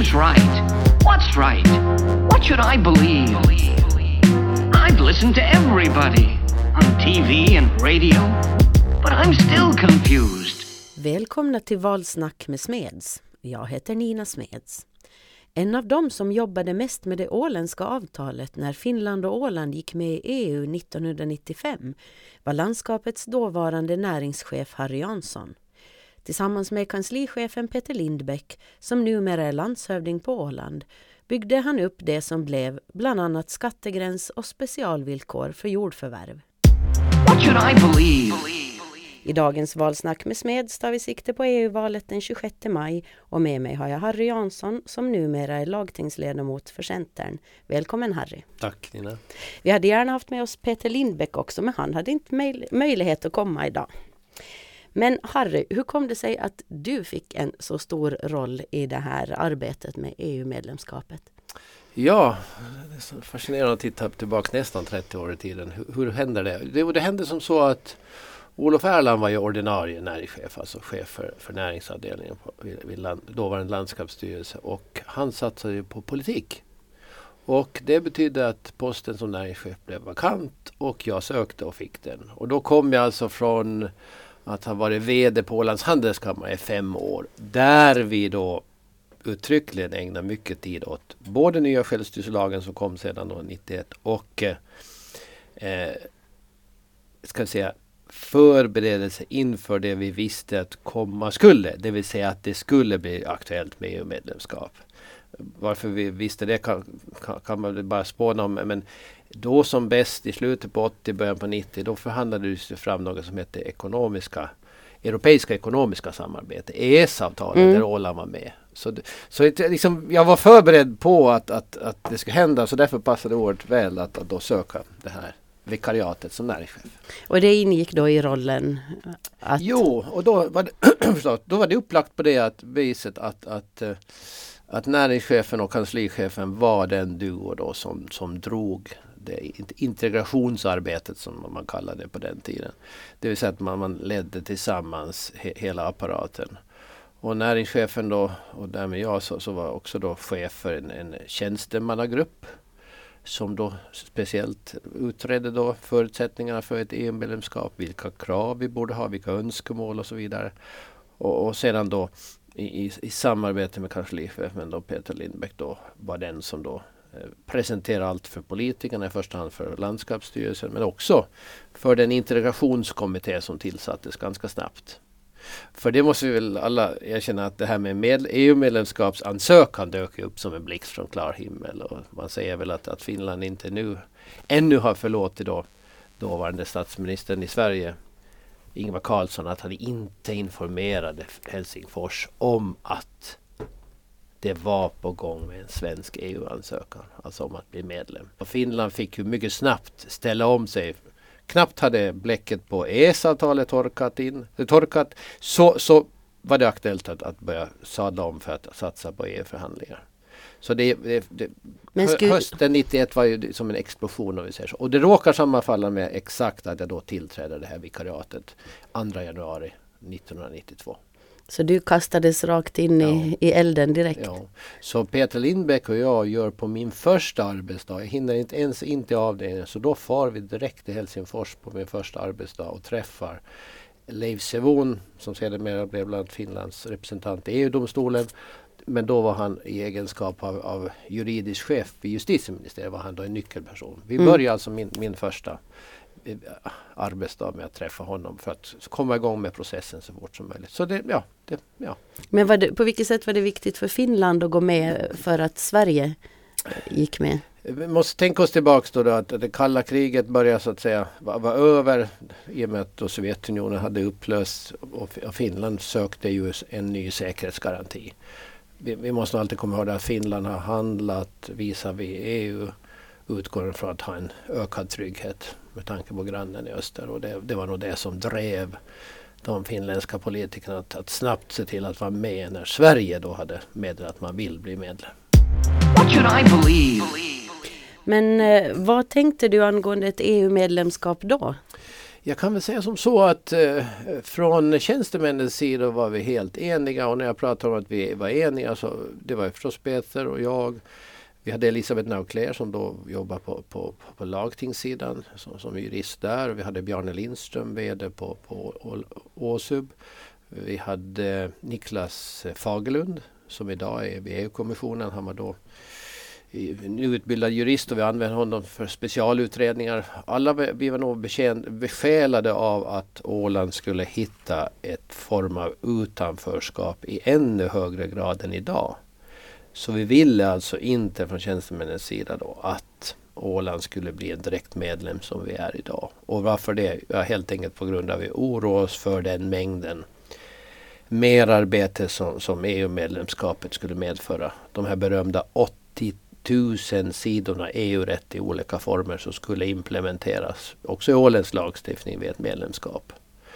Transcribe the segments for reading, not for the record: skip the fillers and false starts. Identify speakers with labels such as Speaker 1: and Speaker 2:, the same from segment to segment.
Speaker 1: Who's right? What's right? What should I believe? I've listened to everybody on TV and radio, but I'm still confused.
Speaker 2: Välkomna till Valsnack med Smeds. Jag heter Nina Smeds. En av dem som jobbade mest med det åländska avtalet när Finland och Åland gick med i EU 1995 var landskapets dåvarande näringschef Harry Jansson. Tillsammans med kanslichefen Peter Lindbäck, som numera är landshövding på Åland, byggde han upp det som blev bland annat skattegräns och specialvillkor för jordförvärv.
Speaker 1: What should I believe?
Speaker 2: I dagens Valsnack med Smeds tar vi sikte på EU-valet den 26 maj och med mig har jag Harry Jansson som numera är lagtingsledamot för Centern. Välkommen Harry.
Speaker 3: Tack Nina.
Speaker 2: Vi hade gärna haft med oss Peter Lindbäck också, men han hade inte möjlighet att komma idag. Men Harry, hur kom det sig att du fick en så stor roll i det här arbetet med EU-medlemskapet?
Speaker 3: Ja, det är så fascinerande att titta tillbaka nästan 30 år i tiden. Hur hände det? Det hände som så att Olof Erland var ju ordinarie näringschef, alltså chef för näringsavdelningen vid dåvarande landskapsstyrelse, och han satsade ju på politik. Och det betydde att posten som näringschef blev vakant och jag sökte och fick den. Och då kom jag alltså från att ha varit vd på Ålands handelskammare i 5 år, där vi då uttryckligen ägnar mycket tid åt både nya självstyrelselagen som kom sedan då 91 och ska jag säga förberedelse inför det vi visste att komma skulle, det vill säga att det skulle bli aktuellt med EU-medlemskap. Varför vi visste det kan man bara spåna om, men då som bäst i slutet på 80, början på 90, då förhandlades det fram något som heter Europeiska ekonomiska samarbete, EES-avtalet, där Åland var med. Så liksom, jag var förberedd på att det skulle hända, så därför passade det oerhört väl att då söka det här vikariatet som näringschef. Och
Speaker 2: det ingick då i rollen att...
Speaker 3: Jo, och då var det upplagt på det viset att näringschefen och kanslichefen var den duo då som drog det integrationsarbetet som man kallade det på den tiden. Det vill säga att man ledde tillsammans hela apparaten. Och näringschefen då, och därmed jag, så var också då chef för en tjänstemannagrupp som då speciellt utredde då förutsättningarna för ett EU-medlemskap, vilka krav vi borde ha, vilka önskemål och så vidare. Och sedan då i samarbete med kanslichefen då Peter Lindbäck då var den som då presenterade allt för politikerna, i första hand för landskapsstyrelsen, men också för den integrationskommitté som tillsattes ganska snabbt. För det måste vi väl alla erkänna att det här med EU-medlemskapsansökan dök upp som en blixt från klar himmel, och man säger väl att Finland inte ännu har förlåtit då dåvarande statsministern i Sverige, Ingvar Carlsson, att han inte informerade Helsingfors om att det var på gång med en svensk EU-ansökan, alltså om att bli medlem. Och Finland fick ju mycket snabbt ställa om sig. Knappt hade bläcket på EES-avtalet torkat, så var det aktuellt att börja sadla om för att satsa på EU-förhandlingar. Så hösten 91 var ju som en explosion, om vi säger så. Och det råkar sammanfalla med exakt att jag då tillträdde det här vikariatet 2 januari 1992.
Speaker 2: Så du kastades rakt in i elden direkt?
Speaker 3: Ja, så Peter Lindbäck och jag gör på min första arbetsdag, jag hinner inte ens in till avdelningen, så då far vi direkt till Helsingfors på min första arbetsdag och träffar Leif Sevon, som sedermera blev bland Finlands representant i EU-domstolen, men då var han i egenskap av juridisk chef vid justitieministeriet, var han då en nyckelperson. Vi började alltså min första arbetsdag med att träffa honom för att komma igång med processen så fort som möjligt. Så ja.
Speaker 2: Men på vilket sätt var det viktigt för Finland att gå med för att Sverige gick med?
Speaker 3: Vi måste tänka oss tillbaka då att det kalla kriget började så att säga vara över i och med att Sovjetunionen hade upplöst och Finland sökte ju en ny säkerhetsgaranti. Vi måste alltid komma ihåg att Finland har handlat visavi EU utgår från att ha en ökad trygghet med tanke på grannen i öster, och det var nog det som drev de finländska politikerna att snabbt se till att vara med när Sverige då hade meddelat att man vill bli medlem.
Speaker 1: What should I believe?
Speaker 2: Men vad tänkte du angående ett EU-medlemskap då?
Speaker 3: Jag kan väl säga som så att från tjänstemännens sida var vi helt eniga, och när jag pratar om att vi var eniga så det var förstås Peter och jag. Vi hade Elisabeth Naucler som då jobbar på lagtingssidan som jurist där. Vi hade Bjarne Lindström, vd på Åsub. Vi hade Niklas Fagerlund som idag är vid EU-kommissionen. Han var då utbildad jurist och vi använde honom för specialutredningar. Alla vi var nog besjälade av att Åland skulle hitta ett form av utanförskap i ännu högre grad än idag. Så vi ville alltså inte från tjänstemännens sida då att Åland skulle bli en direkt medlem som vi är idag. Och varför det? Ja, helt enkelt på grund av att vi oroar oss för den mängden merarbete som EU-medlemskapet skulle medföra. De här berömda 80 000 sidorna EU-rätt i olika former som skulle implementeras också i Ålands lagstiftning vid ett medlemskap.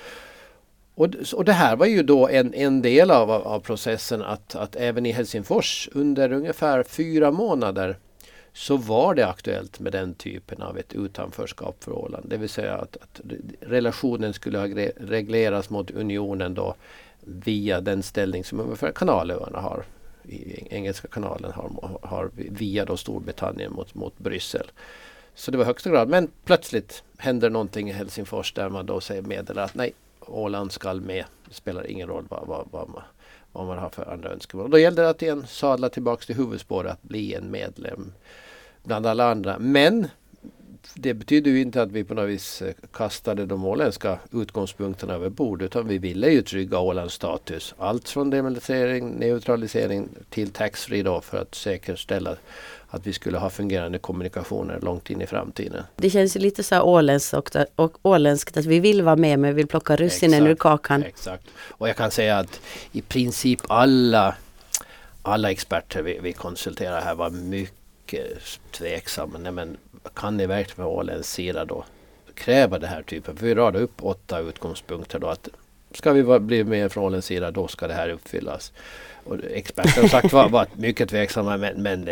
Speaker 3: Och det här var ju då en del av processen att även i Helsingfors under ungefär 4 månader så var det aktuellt med den typen av ett utanförskap för Åland. Det vill säga att relationen skulle regleras mot unionen då via den ställning som ungefär Kanalöarna har. I Engelska kanalen har via då Storbritannien mot Bryssel. Så det var högsta grad. Men plötsligt händer någonting i Helsingfors där man då meddelar att nej, Åland ska med. Det spelar ingen roll vad man har för andra önskemål. Och då gällde det att igen sadla tillbaka till huvudspåret att bli en medlem bland alla andra. Men det betyder ju inte att vi på något vis kastade de åländska utgångspunkterna över bord, utan vi ville ju trygga Ålands status. Allt från demilitarisering, neutralisering till taxfree då för att säkerställa att vi skulle ha fungerande kommunikationer långt in i framtiden.
Speaker 2: Det känns ju lite så här åländskt att vi vill vara med men vill plocka russinen ur kakan.
Speaker 3: Exakt. Och jag kan säga att i princip alla experter vi konsulterar här var mycket tveksamma. Nej, men kan ni verkligen med Ålands sida då kräva det här typen? För vi radar upp 8 utgångspunkter då att ska vi bli med från Ålands sida då ska det här uppfyllas. Och experter har sagt var mycket tveksamma men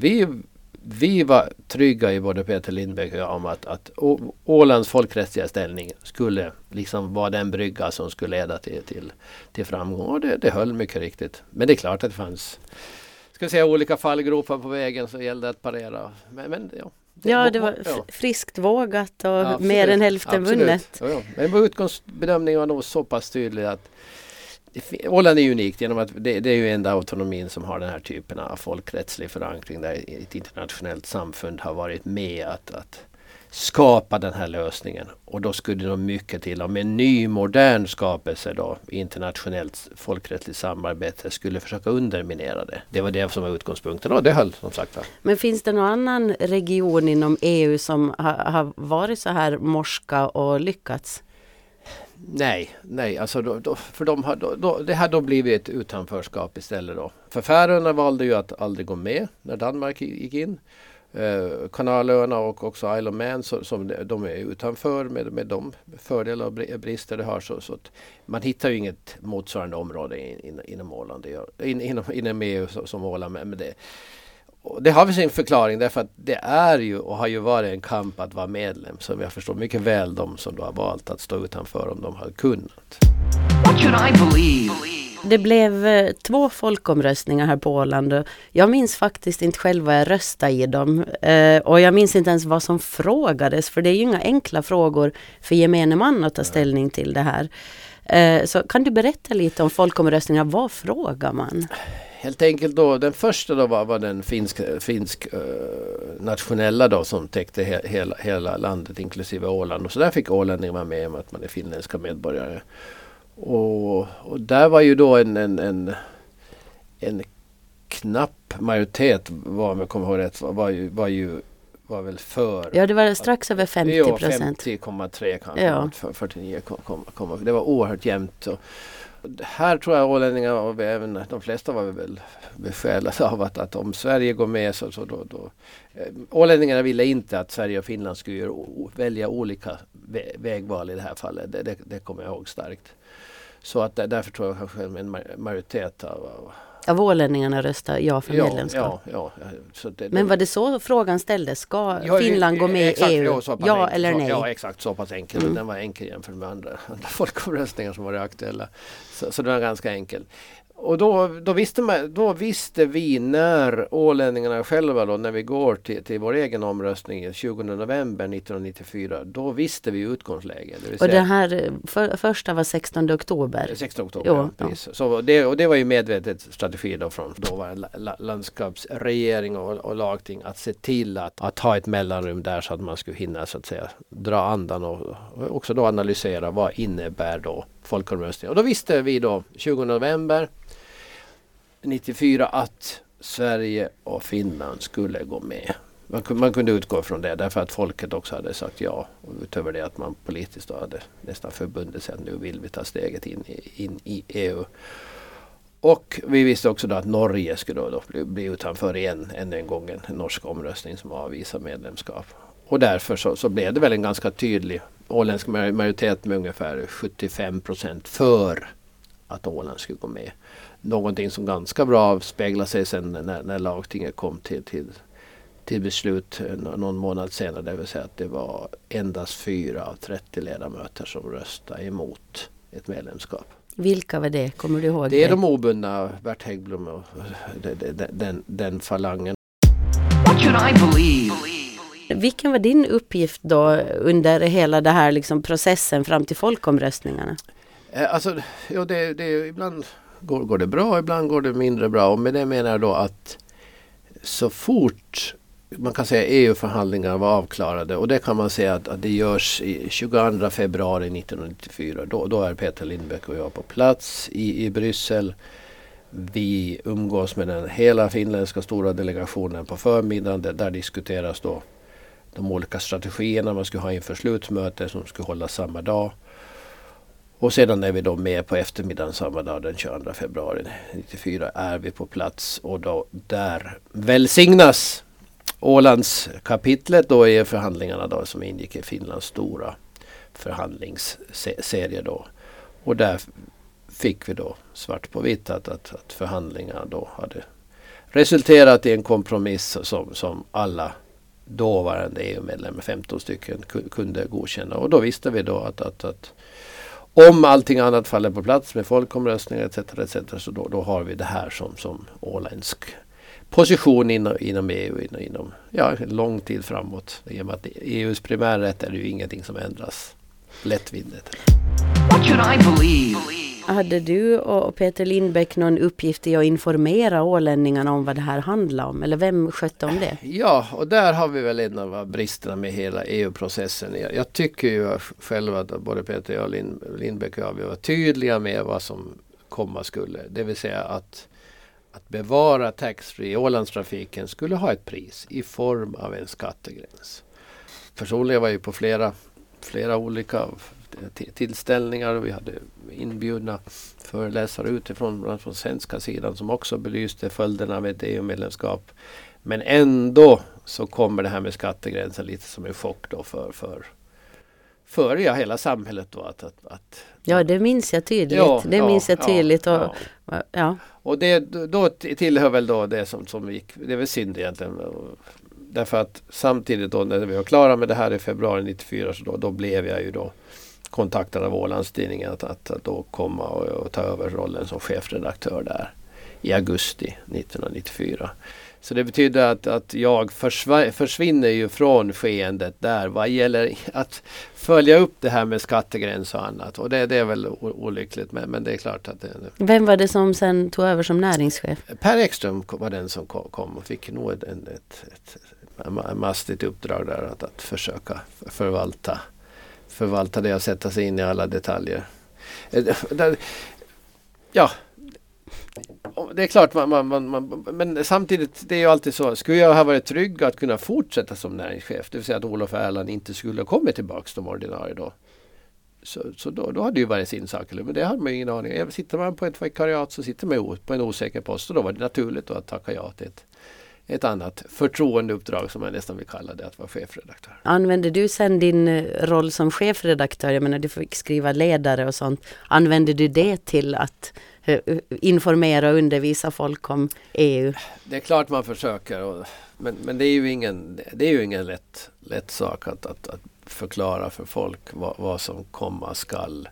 Speaker 3: vi var trygga i både Peter Lindbäck och jag om att Ålands folkrättsliga ställning skulle liksom vara den brygga som skulle leda till framgång. Och det höll mycket riktigt. Men det är klart att det fanns olika fallgropar på vägen så gällde att parera. Men ja. Det var
Speaker 2: friskt vågat och mer än hälften vunnet.
Speaker 3: Ja. Men vår utgångsbedömning var nog så pass tydlig att Åland är unikt genom att det är ju enda autonomin som har den här typen av folkrättslig förankring där ett internationellt samfund har varit med att skapa den här lösningen. Och då skulle det nog mycket till om en ny modern skapelse då, internationellt folkrättsligt samarbete skulle försöka underminera det. Det var det som var utgångspunkten och det höll som sagt.
Speaker 2: Men finns det någon annan region inom EU som har varit så här morska och lyckats?
Speaker 3: Nej, alltså det hade då blivit ett utanförskap istället då. För Färöarna valde ju att aldrig gå med när Danmark gick in. Kanalöarna och också Isle of Man som de är utanför med de fördelar och brister det har så att man hittar ju inget motsvarande område inom Åland inom EU som Åland med det. Och det har vi sin förklaring därför att det är ju och har ju varit en kamp att vara medlem, så jag förstår mycket väl de som då har valt att stå utanför om de har kunnat.
Speaker 1: What should I believe?
Speaker 2: Det blev 2 folkomröstningar här på Åland. Jag minns faktiskt inte själv vad jag röstade i dem. Och jag minns inte ens vad som frågades. För det är ju inga enkla frågor för gemene man att ta ställning till det här. Så kan du berätta lite om folkomröstningar? Vad frågar man?
Speaker 3: Helt enkelt då, den första då var den finsk nationella då som täckte hela landet inklusive Åland. Och så där fick ålänningar vara med om att man är finländska medborgare. Och där var ju då en knapp majoritet, vad man kommer ihåg rätt, var väl för.
Speaker 2: Ja, det var strax över 50%.
Speaker 3: 50,3 kanske, 49, det var oerhört jämnt. Och här tror jag ålänningar och även de flesta var väl besjälade av att om Sverige går med så då ålänningarna ville inte att Sverige och Finland skulle välja olika vägval i det här fallet. Det kommer jag ihåg starkt. Så att därför tror jag kanske en majoritet av
Speaker 2: Av ålänningarna röstar ja för medlemskap.
Speaker 3: Ja.
Speaker 2: Men var det så frågan ställdes? Ska Finland gå med i EU? Ja eller nej?
Speaker 3: Ja, exakt. Så pass enkel. Den var enkel jämfört med andra folkomröstningar som var aktuella. Så det var ganska enkel. Och då visste vi när ålänningarna själva då, när vi går till vår egen omröstning 20 november 1994, då visste vi utgångsläget.
Speaker 2: Och det här första var 16 oktober?
Speaker 3: 16 oktober, precis. Så det var ju medvetet strategi då från dåvarande landskapsregering och lagting att se till att ha ett mellanrum där så att man skulle hinna så att säga dra andan och också då analysera vad innebär då folkomröstning. Och då visste vi då 20 november 94 att Sverige och Finland skulle gå med. Man kunde utgå från det därför att folket också hade sagt ja. Och utöver det att man politiskt då hade nästan förbundit sig att nu vill vi ta steget in i EU. Och vi visste också då att Norge skulle då bli utanför än en gång en norsk omröstning som avvisar medlemskap. Och därför så blev det väl en ganska tydlig åländsk majoritet med ungefär 75% för att Åland skulle gå med. Någonting som ganska bra speglar sig sen när lagtinget kom till beslut någon månad senare. Det vill säga att det var endast 4 av 30 ledamöter som röstade emot ett medlemskap.
Speaker 2: Vilka var det? Kommer du ihåg
Speaker 3: det? Är de obundna, Bert Häggblom och den falangen.
Speaker 1: What should I believe?
Speaker 2: Vilken var din uppgift då under hela det här liksom processen fram till folkomröstningarna?
Speaker 3: Alltså, ibland går det bra, ibland går det mindre bra. Och med det menar jag då att så fort man kan säga EU-förhandlingarna var avklarade, och det kan man säga att det görs i 22 februari 1994. Då är Peter Lindbäck och jag på plats i Bryssel. Vi umgås med den hela finländska stora delegationen på förmiddagen. Där diskuteras då de olika strategierna man skulle ha inför slutmöte som skulle hållas samma dag. Och sedan är vi då med på eftermiddagen samma dag den 22 februari 1994 är vi på plats, och då där välsignas Ålands kapitlet då i förhandlingarna då som ingick i Finlands stora förhandlingsserie då. Och där fick vi då svart på vitt att förhandlingarna då hade resulterat i en kompromiss som alla dåvarande EU-medlemmar, 15 stycken, kunde godkänna. Och då visste vi då att om allting annat faller på plats med folkomröstningar etc. så då har vi det här som åländsk position inom EU inom lång tid framåt. I och med att EUs primärrätt är ju ingenting som ändras lättvindigt.
Speaker 1: What should I believe?
Speaker 2: Hade du och Peter Lindbäck någon uppgift i att informera ålänningarna om vad det här handlar om? Eller vem skötte om det?
Speaker 3: Ja, och där har vi väl en av bristerna med hela EU-processen. Jag tycker ju själv att både Peter och Lindbäck och jag var tydliga med vad som komma skulle. Det vill säga att bevara taxfree i Ålandstrafiken skulle ha ett pris i form av en skattegräns. Personligen var jag på flera olika tillställningar, och vi hade inbjudna föreläsare utifrån från svenska sidan som också belyste följderna av ett EU-medlemskap. Men ändå så kommer det här med skattegränsen lite som en chock då för hela samhället då
Speaker 2: Ja, det minns jag tydligt.
Speaker 3: Och det då tillhör väl då det som gick, det är väl synd egentligen. Därför att samtidigt då när vi var klara med det här i februari 94 så då blev jag ju då kontaktad av Ålandstidningen att då komma och ta över rollen som chefredaktör där i augusti 1994. Så det betyder att jag försvinner ju från skeendet där vad gäller att följa upp det här med skattegräns och annat. Och det är väl olyckligt, men det är klart att det...
Speaker 2: Vem var det som sen tog över som näringschef?
Speaker 3: Per Ekström var den som kom och fick nog ett mastigt uppdrag där att försöka förvalta det och sätta sig in i alla detaljer. Ja, det är klart men samtidigt det är ju alltid så, skulle jag ha varit trygg att kunna fortsätta som näringschef, det vill säga att Olof Erland inte skulle komma tillbaka som ordinarie då. Så då hade det ju varit sin sak, men det hade man ju ingen aning. Sitter man på ett vikariat så sitter man på en osäker post, och då var det naturligt att tacka ja till ett annat förtroendeuppdrag som man nästan vill kalla det, att vara chefredaktör.
Speaker 2: Använde du sen din roll som chefredaktör, jag menar du fick skriva ledare och sånt, använde du det till att informera och undervisa folk om EU?
Speaker 3: Det är klart man försöker, men det är ju ingen lätt sak att förklara för folk vad som komma skall.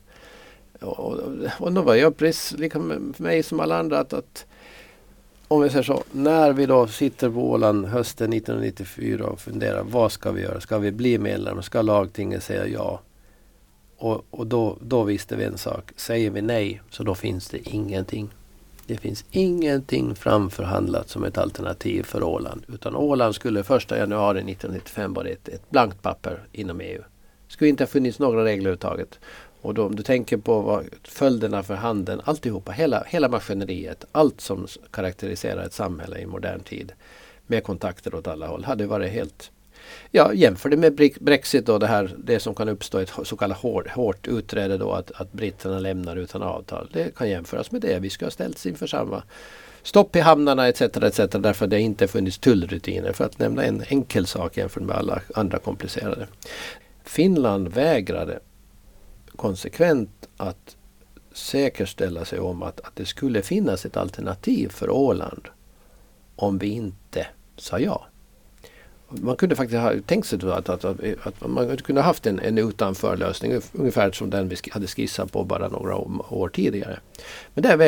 Speaker 3: Och då var jag precis lika med mig som alla andra att om vi säger så, när vi då sitter på Åland hösten 1994 och funderar, vad ska vi göra? Ska vi bli medlemmar? Ska lagtinget säga ja? Och då visste vi en sak. Säger vi nej, så då finns det ingenting. Det finns ingenting framförhandlat som ett alternativ för Åland. Utan Åland skulle 1 januari 1995 vara ett blankt papper inom EU. Det skulle inte ha funnits några regler överhuvudtaget. Och då, om du tänker på vad följderna för handeln, alltihopa, hela maskineriet, allt som karaktäriserar ett samhälle i modern tid med kontakter åt alla håll, hade varit helt... Ja, jämför det med Brexit och det som kan uppstå ett så kallat hårt utträde då att britterna lämnar utan avtal. Det kan jämföras med det. Vi ska ha ställts inför samma stopp i hamnarna etc. därför det inte funnits tullrutiner, för att nämna en enkel sak jämfört med alla andra komplicerade. Finland vägrade konsekvent att säkerställa sig om att det skulle finnas ett alternativ för Åland om vi inte sa ja. Man kunde faktiskt ha tänkt sig att man kunde ha haft en utanförlösning ungefär som den vi hade skissat på bara några år tidigare. Men där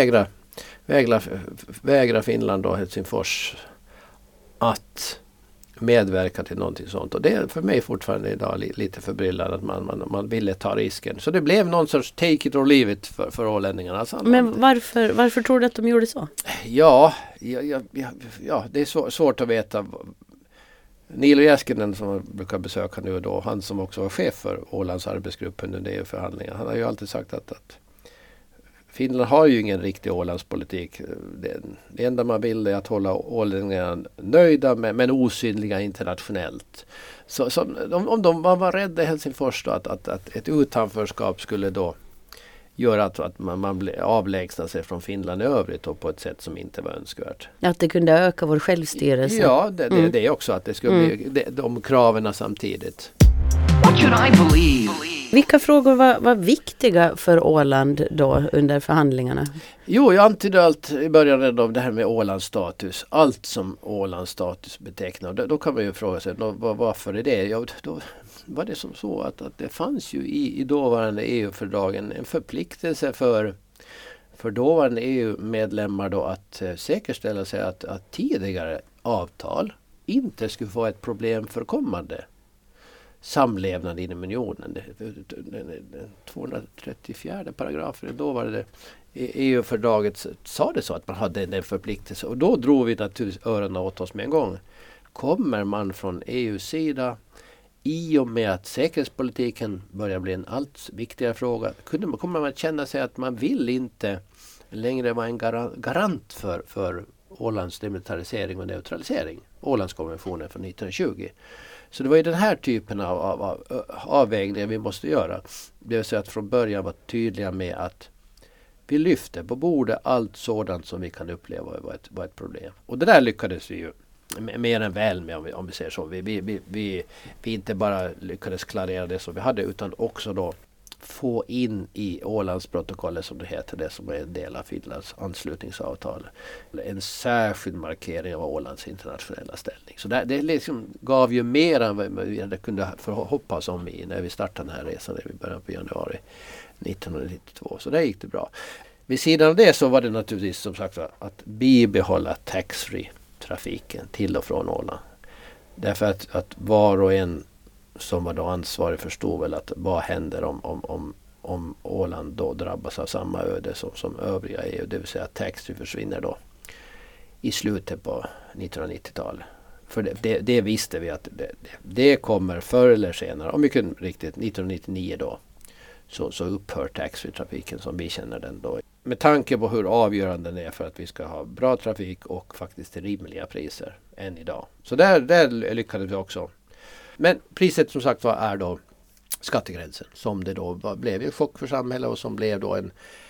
Speaker 3: vägrar Finland och Helsingfors att medverka till någonting sånt. Och det är för mig fortfarande idag lite förbryllande att man ville ta risken. Så det blev någon sorts take it or leave it för ålänningarna.
Speaker 2: Men varför tror du att de gjorde så?
Speaker 3: Ja det är svårt att veta. Niilo Jääskeläinen som jag brukar besöka nu och då, han som också var chef för Ålands arbetsgrupp under EU-förhandlingarna, han har ju alltid sagt att Finland har ju ingen riktig Ålandspolitik. Det enda man vill är att hålla ålänningarna nöjda men osynliga internationellt. Så om de var rädda i Helsingfors då, att ett utanförskap skulle då göra att man avlägsnar sig från Finland i övrigt och på ett sätt som inte var önskvärt.
Speaker 2: Att det kunde öka vår självstyrelse.
Speaker 3: Ja, det är också att det skulle bli de kraven samtidigt.
Speaker 1: What should I believe?
Speaker 2: Vilka frågor var viktiga för Åland då under förhandlingarna?
Speaker 3: Jo, jag antydde allt i början av det här med Ålands status. Allt som Ålands status betecknar. Då kan man ju fråga sig, varför är det? Ja, då var det som så att det fanns ju i dåvarande EU-fördragen en förpliktelse för dåvarande EU-medlemmar då att säkerställa sig att tidigare avtal inte skulle få ett problem för kommande samlevnad inom unionen. Den 234 paragrafen, då var det EU-fördraget sa det så att man hade den förpliktelse. Och då drog vi naturligtvis öronen åt oss med en gång. Kommer man från EU:s sida i och med att säkerhetspolitiken börjar bli en allt viktigare fråga, kommer man att känna sig att man vill inte längre vara en garant för Ålands demilitarisering och neutralisering. Ålandskonventionen från 1920. Så det var ju den här typen av avvägningar vi måste göra. Det vill säga att från början vara tydliga med att vi lyfter på bordet allt sådant som vi kan uppleva var ett problem. Och det där lyckades vi ju mer än väl med, om vi säger så. Vi inte bara lyckades klarera det som vi hade, utan också då få in i Ålandsprotokollet, som det heter, det som är en del av Finlands anslutningsavtal, en särskild markering av Ålands internationella ställning. Så det liksom gav ju mer än vad vi hade kunde hoppas om när vi startade den här resan i början på januari 1992. Så där gick det bra. Vid sidan av det så var det naturligtvis som sagt att bibehålla taxfree-trafiken till och från Åland. Därför att var och en som var då ansvarig förstod väl att vad händer om Åland då drabbas av samma öde som övriga EU, det vill säga att taxfree försvinner då i slutet på 1990-talet. För det visste vi att det kommer förr eller senare, och mycket riktigt 1999 då så upphör taxfree-trafiken som vi känner den då. Med tanke på hur avgörande den är för att vi ska ha bra trafik och faktiskt till rimliga priser än idag. Så där lyckades vi också. Men priset som sagt är då skattegränsen, som det då blev en chock för samhället och som blev då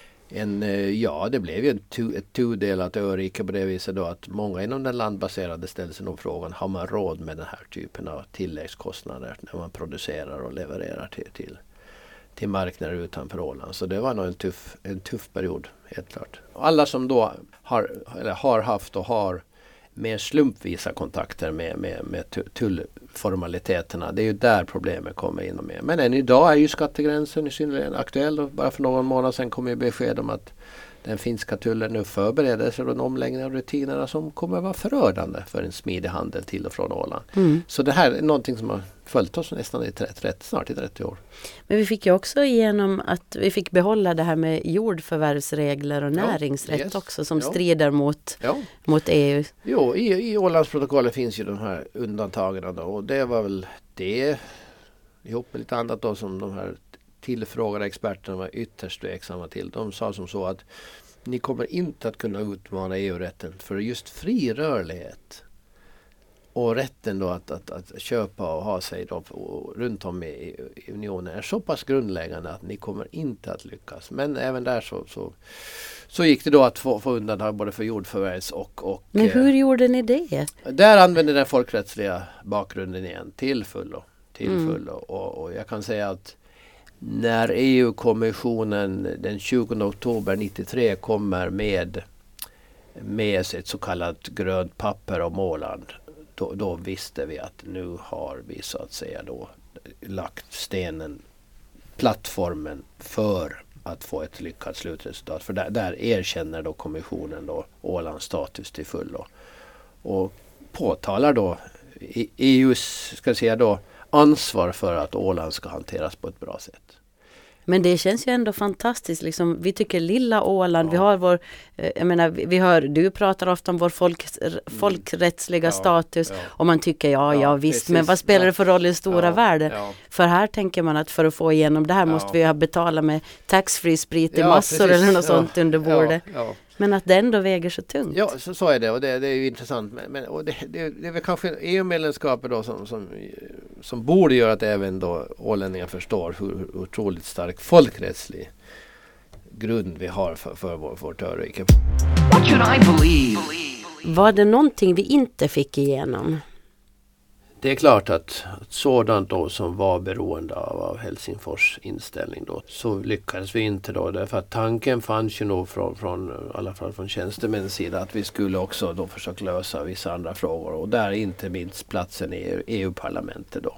Speaker 3: det blev ju ett tudelat örike på det viset då att många inom den landbaserade ställer sig nog frågan, har man råd med den här typen av tilläggskostnader när man producerar och levererar till marknader utanför Åland. Så det var nog en tuff period, helt klart. Alla som då har haft och har mer slumpvisa kontakter med tullformaliteterna. Det är ju där problemet kommer in och med. Men än idag är ju skattegränsen i synnerhet aktuell. Och bara för någon månad sedan kom ju besked om att den finska tullen nu förbereder sig för en omläggning av rutinerna som kommer att vara förödande för en smidig handel till och från Åland. Så det här är någonting som har följt oss nästan snart i 30 år.
Speaker 2: Men vi fick ju också igenom att vi fick behålla det här med jordförvärvsregler och näringsrätt också som strider mot EU.
Speaker 3: Jo, i Ålandsprotokollet finns ju de här undantagen då, och det var väl det ihop med lite annat då som de här tillfrågade experterna var ytterst tveksamma till. De sa som så att ni kommer inte att kunna utmana EU-rätten för just fri rörlighet och rätten då att köpa och ha sig då runt om i unionen är så pass grundläggande att ni kommer inte att lyckas. Men även där så gick det då att få undantag både för jordförvärvs och...
Speaker 2: Men hur gjorde ni det?
Speaker 3: Där använde den folkrättsliga bakgrunden igen till fullo. Och jag kan säga att när EU-kommissionen den 20 oktober 93 kommer med ett så kallat grönt papper om Åland, då visste vi att nu har vi så att säga då lagt plattformen för att få ett lyckat slutresultat. För där erkänner då kommissionen då Ålands status till fullo och påtalar då EUs ansvar för att Åland ska hanteras på ett bra sätt.
Speaker 2: Men det känns ju ändå fantastiskt. Liksom, vi tycker lilla Åland, vi har vår, du pratar ofta om vår folkrättsliga status och man tycker visst, precis, men vad spelar det för roll i stora världen? Ja. För här tänker man att för att få igenom det här måste vi betala med taxfree sprit i massor eller något sånt under bordet. Men att det ändå väger så tungt. Ja,
Speaker 3: så är det, och det är ju intressant. Men och det är väl kanske EU-medlemskapet då som borde göra att även då ålänningar förstår hur otroligt stark folkrättslig grund vi har för vårt örike.
Speaker 1: What should I believe?
Speaker 2: Var det någonting vi inte fick igenom?
Speaker 3: Det är klart att sådant då som var beroende av Helsingfors inställning då, så lyckades vi inte då, därför att tanken fanns ju nog från i alla fall från tjänstemännens sida att vi skulle också då försöka lösa vissa andra frågor, och där inte minst platsen i EU-parlamentet då.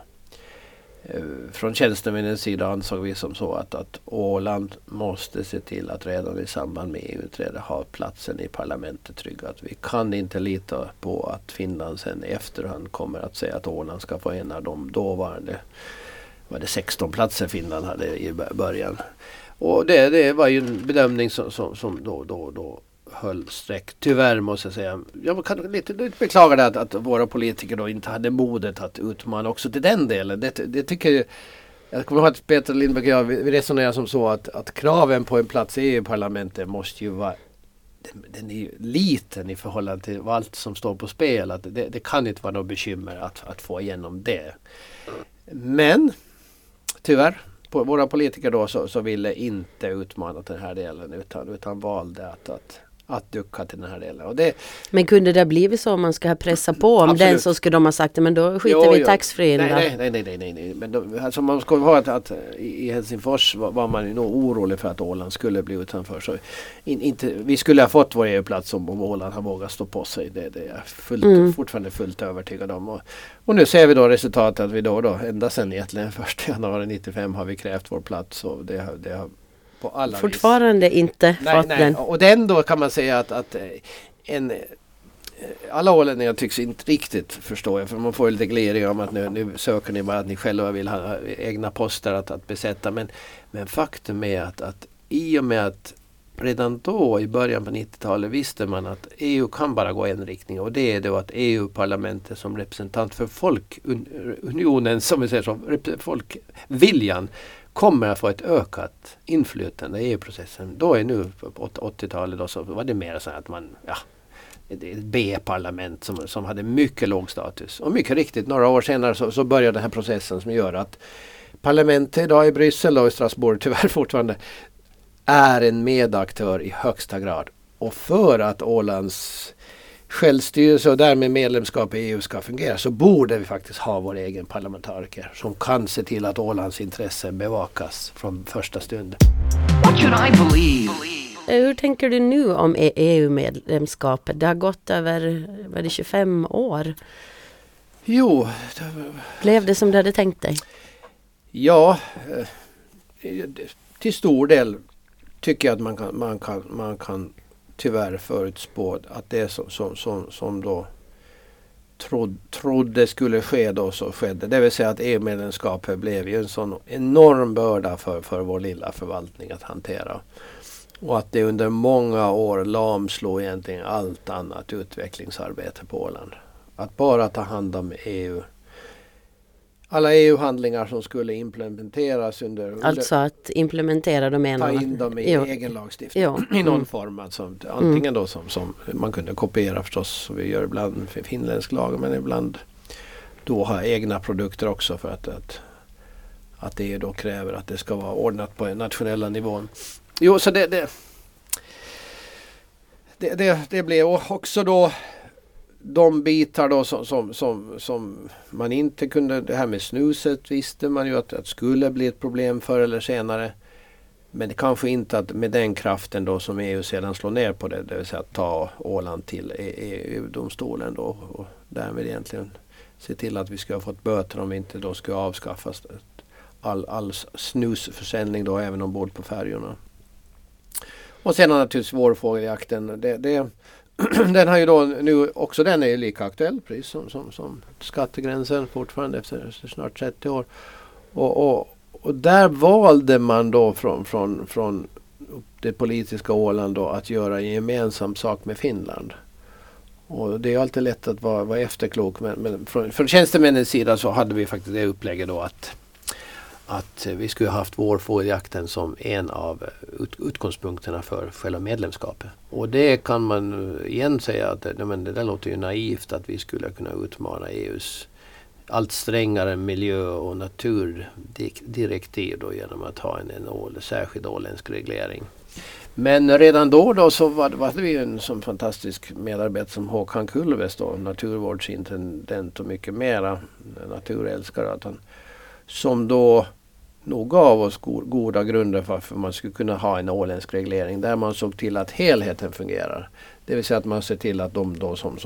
Speaker 3: Från tjänstemännens sida ansåg vi som så att Åland måste se till att redan i samband med EU-trädet ha platsen i parlamentet tryggat. Vi kan inte lita på att Finland sen i efterhand kommer att säga att Åland ska få en av de dåvarande 16 platser Finland hade i början. Och det var ju en bedömning som då höll streck. Tyvärr måste jag säga. Jag kan lite beklaga att våra politiker då inte hade modet att utmana också till den delen. Det tycker jag kommer ihåg att Peter Lindberg och jag vi resonerar som så att kraven på en plats i EU-parlamentet måste ju vara, den är ju liten i förhållande till allt som står på spel. Att det kan inte vara något bekymmer att få igenom det. Men tyvärr på våra politiker då så ville inte utmana den här delen utan valde att ducka till den här delen.
Speaker 2: Men kunde det blivit så om man ska pressa på? Om den så skulle de ha sagt, men då skiter vi i taxfree.
Speaker 3: Nej. Men alltså man ska ha att i Helsingfors var man ju nog orolig för att Åland skulle bli utanför. Så vi skulle ha fått vår EU-plats om Åland har vågat stå på sig. Det är jag fortfarande fullt övertygad om. Och nu ser vi då resultatet att vi då ända sedan egentligen 1 januari 95 har vi krävt vår plats, och det har på alla
Speaker 2: fortfarande vis inte fått den.
Speaker 3: Och den då kan man säga att alla ålänningar tycks inte riktigt förstå, för man får lite gliringar om att nu söker ni bara att ni själva vill ha egna poster att besätta. Men faktum är att i och med att redan då i början på 90-talet visste man att EU kan bara gå en riktning, och det är då att EU-parlamentet som representant för folkunionen, som vi säger så, folkviljan, kommer att få ett ökat inflytande i EU-processen. Då är nu på 80-talet då så var det mer så att man, ett B-parlament som hade mycket låg status. Och mycket riktigt, några år senare så började den här processen som gör att parlamentet idag i Bryssel och i Strasbourg tyvärr fortfarande är en medaktör i högsta grad. Och för att Ålands självstyrelse och därmed medlemskap i EU ska fungera, så borde vi faktiskt ha vår egen parlamentariker som kan se till att Ålands intressen bevakas från första stund.
Speaker 1: What should I believe?
Speaker 2: Hur tänker du nu om EU-medlemskapet? Det har gått över 25 år.
Speaker 3: Jo.
Speaker 2: Blev det som du hade tänkt dig?
Speaker 3: Ja, till stor del tycker jag att man kan tyvärr förutspå att det som då trodde skulle ske då så skedde. Det vill säga att EU-medlemskapet blev ju en sån enorm börda för vår lilla förvaltning att hantera. Och att det under många år lamslog egentligen allt annat utvecklingsarbete på Åland. Att bara ta hand om EU. Alla EU-handlingar som skulle implementeras
Speaker 2: Alltså att implementera dem
Speaker 3: ta in dem i egen lagstiftning i någon form. Alltså, antingen då som man kunde kopiera förstås, så vi gör ibland för finländsk lag, men ibland då ha egna produkter också för att det då kräver att det ska vara ordnat på en nationella nivån. Jo, så det blev också då de bitar då som man inte kunde, det här med snuset visste man ju att skulle bli ett problem förr eller senare. Men det kanske inte att med den kraften då som EU sedan slår ner på det vill säga att ta Åland till EU-domstolen då och därmed egentligen se till att vi ska ha fått böter om vi inte då ska avskaffas all snusförsäljning då även ombord på färjorna. Och sen naturligtvis vårfågeljakten. Den har ju då nu också, den är ju lika aktuell precis som skattegränsen fortfarande efter snart 30 år. Och där valde man då från det politiska Åland då att göra en gemensam sak med Finland. Och det är alltid lätt att vara efterklok, men från tjänstemännens sida så hade vi faktiskt det upplägget då att vi skulle ha haft vårfågeljakten som en av utgångspunkterna för själva medlemskapet. Och det kan man igen säga att det där låter ju naivt att vi skulle kunna utmana EUs allt strängare miljö- och naturdirektiv då genom att ha en särskild åländsk reglering. Men redan då så var vi en sån fantastisk medarbetare som Håkan Kulves då, naturvårdsintendent och mycket mera naturälskare, som då nog gav oss goda grunder för att man skulle kunna ha en åländsk reglering där man såg till att helheten fungerar. Det vill säga att man ser till att de då som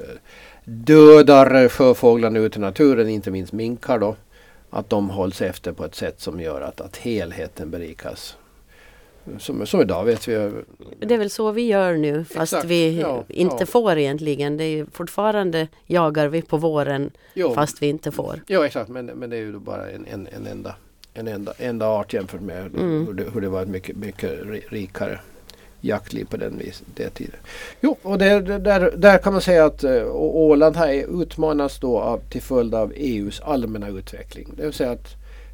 Speaker 3: dödar sjöfåglarna ut i naturen, inte minst minkar då, att de hålls efter på ett sätt som gör att helheten berikas. Som idag vet vi.
Speaker 2: Det är väl så vi gör nu, fast exakt, vi inte får egentligen. Det är ju fortfarande jagar vi på våren fast vi inte får.
Speaker 3: Ja, exakt, men det är ju bara en enda art jämfört med hur det var ett mycket rikare jaktliv på det tiden. Jo, och där kan man säga att Åland här utmanas då till följd av EUs allmänna utveckling. Det vill säga att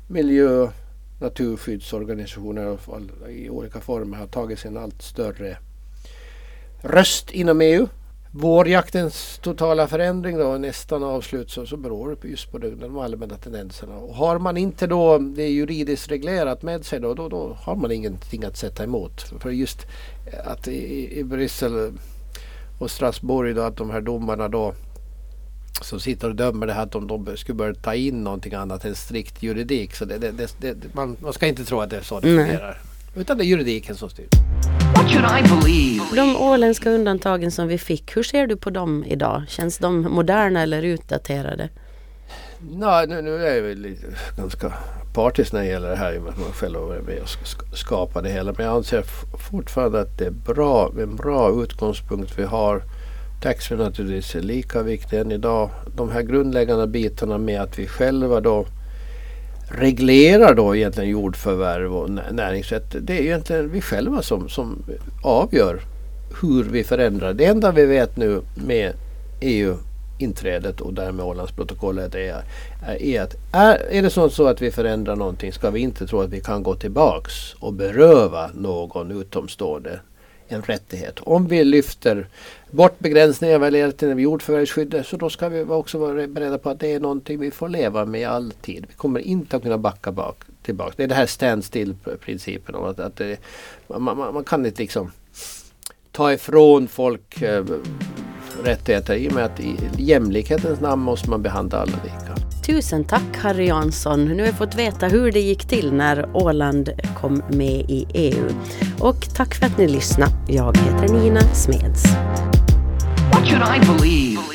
Speaker 3: naturskyddsorganisationer i olika former har tagit sig en allt större röst inom EU. Vårjaktens totala förändring då nästan avslut så beror det just på de allmänna tendenserna. Och har man inte då det juridiskt reglerat med sig då har man ingenting att sätta emot. För just att i Bryssel och Strasbourg då, att de här domarna då som sitter och dömer det här att de skulle börja ta in någonting annat än strikt juridik. Så man ska inte tro att det är så det fungerar. Utan det är juridiken som styr.
Speaker 1: What should I believe?
Speaker 2: De åländska undantagen som vi fick, hur ser du på dem idag? Känns de moderna eller utdaterade?
Speaker 3: Nej, nu är jag väl ganska partisk när det gäller det här i och med att man själv är med och skapar det hela. Men jag anser fortfarande att det är en bra utgångspunkt vi har. Taxfree naturligtvis är lika viktig än idag. De här grundläggande bitarna med att vi själva då reglerar då egentligen jordförvärv och näringsrätt. Det är egentligen vi själva som avgör hur vi förändrar. Det enda vi vet nu med EU-inträdet och därmed Ålandsprotokollet är att är det så att vi förändrar någonting ska vi inte tro att vi kan gå tillbaks och beröva någon utomstående en rättighet. Om vi lyfter bort begränsningar vad gäller till jordförvärvsskyddet så då ska vi också vara beredda på att det är någonting vi får leva med alltid. Vi kommer inte att kunna backa tillbaka. Det är det här stand-still-principen om att man kan inte liksom ta ifrån folk rättigheter i och med att i jämlikhetens namn måste man behandla alla lika.
Speaker 2: Tusen tack Harry Jansson. Nu har jag fått veta hur det gick till när Åland kom med i EU. Och tack för att ni lyssnade. Jag heter Nina Smeds.
Speaker 1: What should I believe?